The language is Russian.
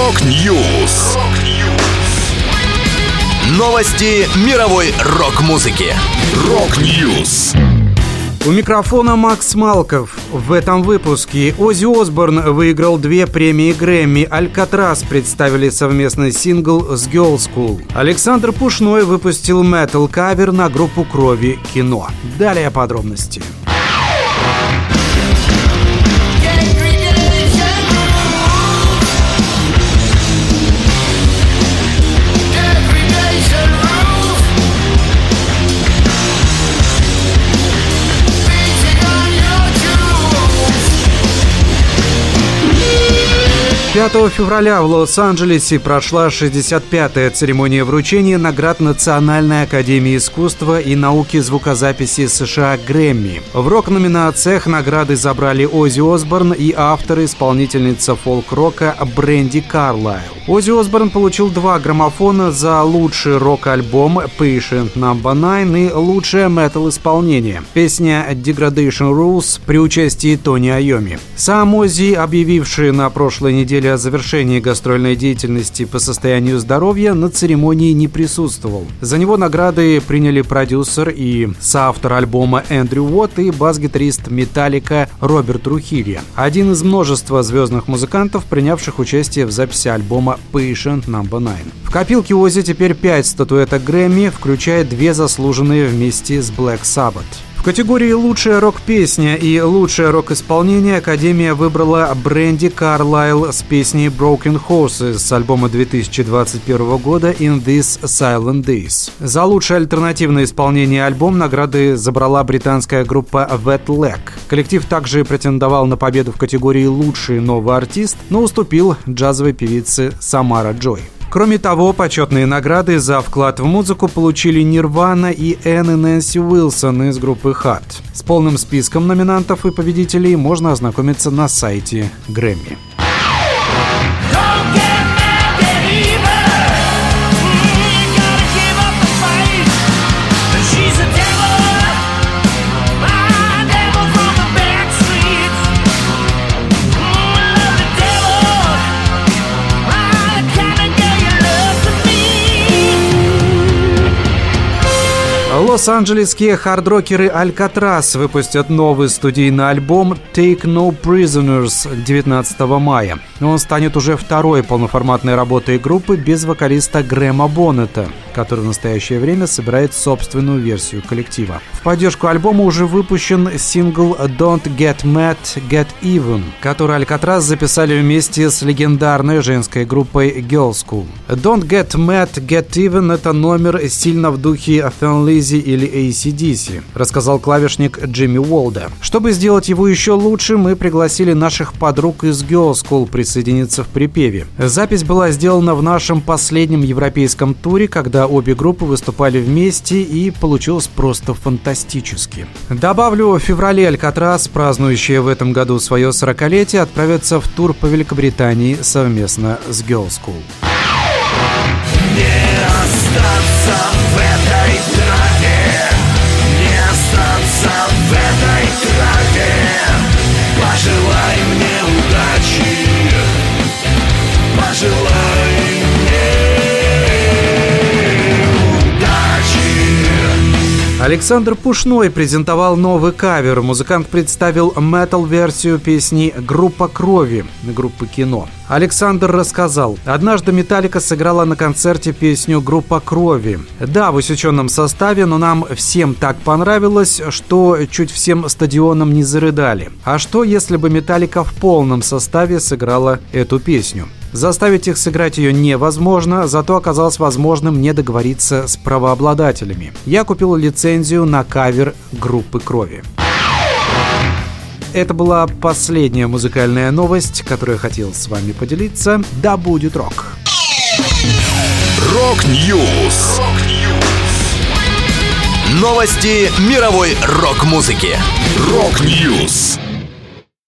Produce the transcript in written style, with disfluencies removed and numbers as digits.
Рок-Ньюс. Новости мировой рок-музыки. Рок-Ньюс. У микрофона Макс Малков. В этом выпуске Оззи Осборн выиграл 2 премии Грэмми. Алькатрас представили совместный сингл с Girl School. Александр Пушной выпустил метал-кавер на группу Крови «Кино». Далее подробности. 5 февраля в Лос-Анджелесе прошла 65-я церемония вручения наград Национальной академии искусства и науки звукозаписи США Грэмми. В рок-номинациях награды забрали Оззи Осборн и автор-исполнительница фолк-рока Брэнди Карлайл. Оззи Осборн получил 2 граммофона за лучший рок-альбом Patient No. 9 и лучшее метал-исполнение. Песня Degradation Rules при участии Тони Айоми. Сам Оззи, объявивший на прошлой неделе о завершении гастрольной деятельности по состоянию здоровья, на церемонии не присутствовал. За него награды приняли продюсер и соавтор альбома Эндрю Уотт и бас-гитарист Металлика Роберт Трухильо, один из множества звездных музыкантов, принявших участие в записи альбома Patient No. 9. В копилке Оззи теперь 5 статуэток Грэмми, включая 2 заслуженные вместе с Black Sabbath. В категории «Лучшая рок-песня» и «Лучшее рок-исполнение» Академия выбрала Брэнди Карлайл с песней «Broken Horses» с альбома 2021 года «In These Silent Days». За лучшее альтернативное исполнение альбом награды забрала британская группа Wet Leg. Коллектив также претендовал на победу в категории «Лучший новый артист», но уступил джазовой певице Самара Джой. Кроме того, почетные награды за вклад в музыку получили Нирвана и Энн и Нэнси Уилсон из группы Hot. С полным списком номинантов и победителей можно ознакомиться на сайте Грэмми. Лос-Анджелесские хард-рокеры Алькатрас выпустят новый студийный альбом Take No Prisoners 19 мая. Он станет уже второй полноформатной работой группы без вокалиста Грэма Боннета, который в настоящее время собирает собственную версию коллектива. В поддержку альбома уже выпущен сингл Don't Get Mad, Get Even, который Алькатрас записали вместе с легендарной женской группой Girl School. Don't Get Mad, Get Even — это номер сильно в духе Thin Lizzy или AC/DC, рассказал клавишник Джимми Уолда. Чтобы сделать его еще лучше, мы пригласили наших подруг из Girl School присоединиться в припеве. Запись была сделана в нашем последнем европейском туре, когда обе группы выступали вместе, и получилось просто фантастически. Добавлю, в феврале Алькатрас, празднующие в этом году свое 40-летие, отправятся в тур по Великобритании совместно с Girl School. Не остаться в этой траве, не остаться в этой траве. Пожелай мне удачи, пожелай мне удачи. Александр Пушной презентовал новый кавер. Музыкант представил метал-версию песни «Группа Крови» группы «Кино». Александр рассказал: однажды Металлика сыграла на концерте песню «Группа Крови». Да, в усеченном составе, но нам всем так понравилось, что чуть всем стадионом не зарыдали. А что, если бы Металлика в полном составе сыграла эту песню? Заставить их сыграть ее невозможно, зато оказалось возможным не договориться с правообладателями. Я купил лицензию на кавер «Группы Крови». Это была последняя музыкальная новость, которую я хотел с вами поделиться. Да будет рок! Рок-Ньюс. Новости мировой рок-музыки. Рок-Ньюс.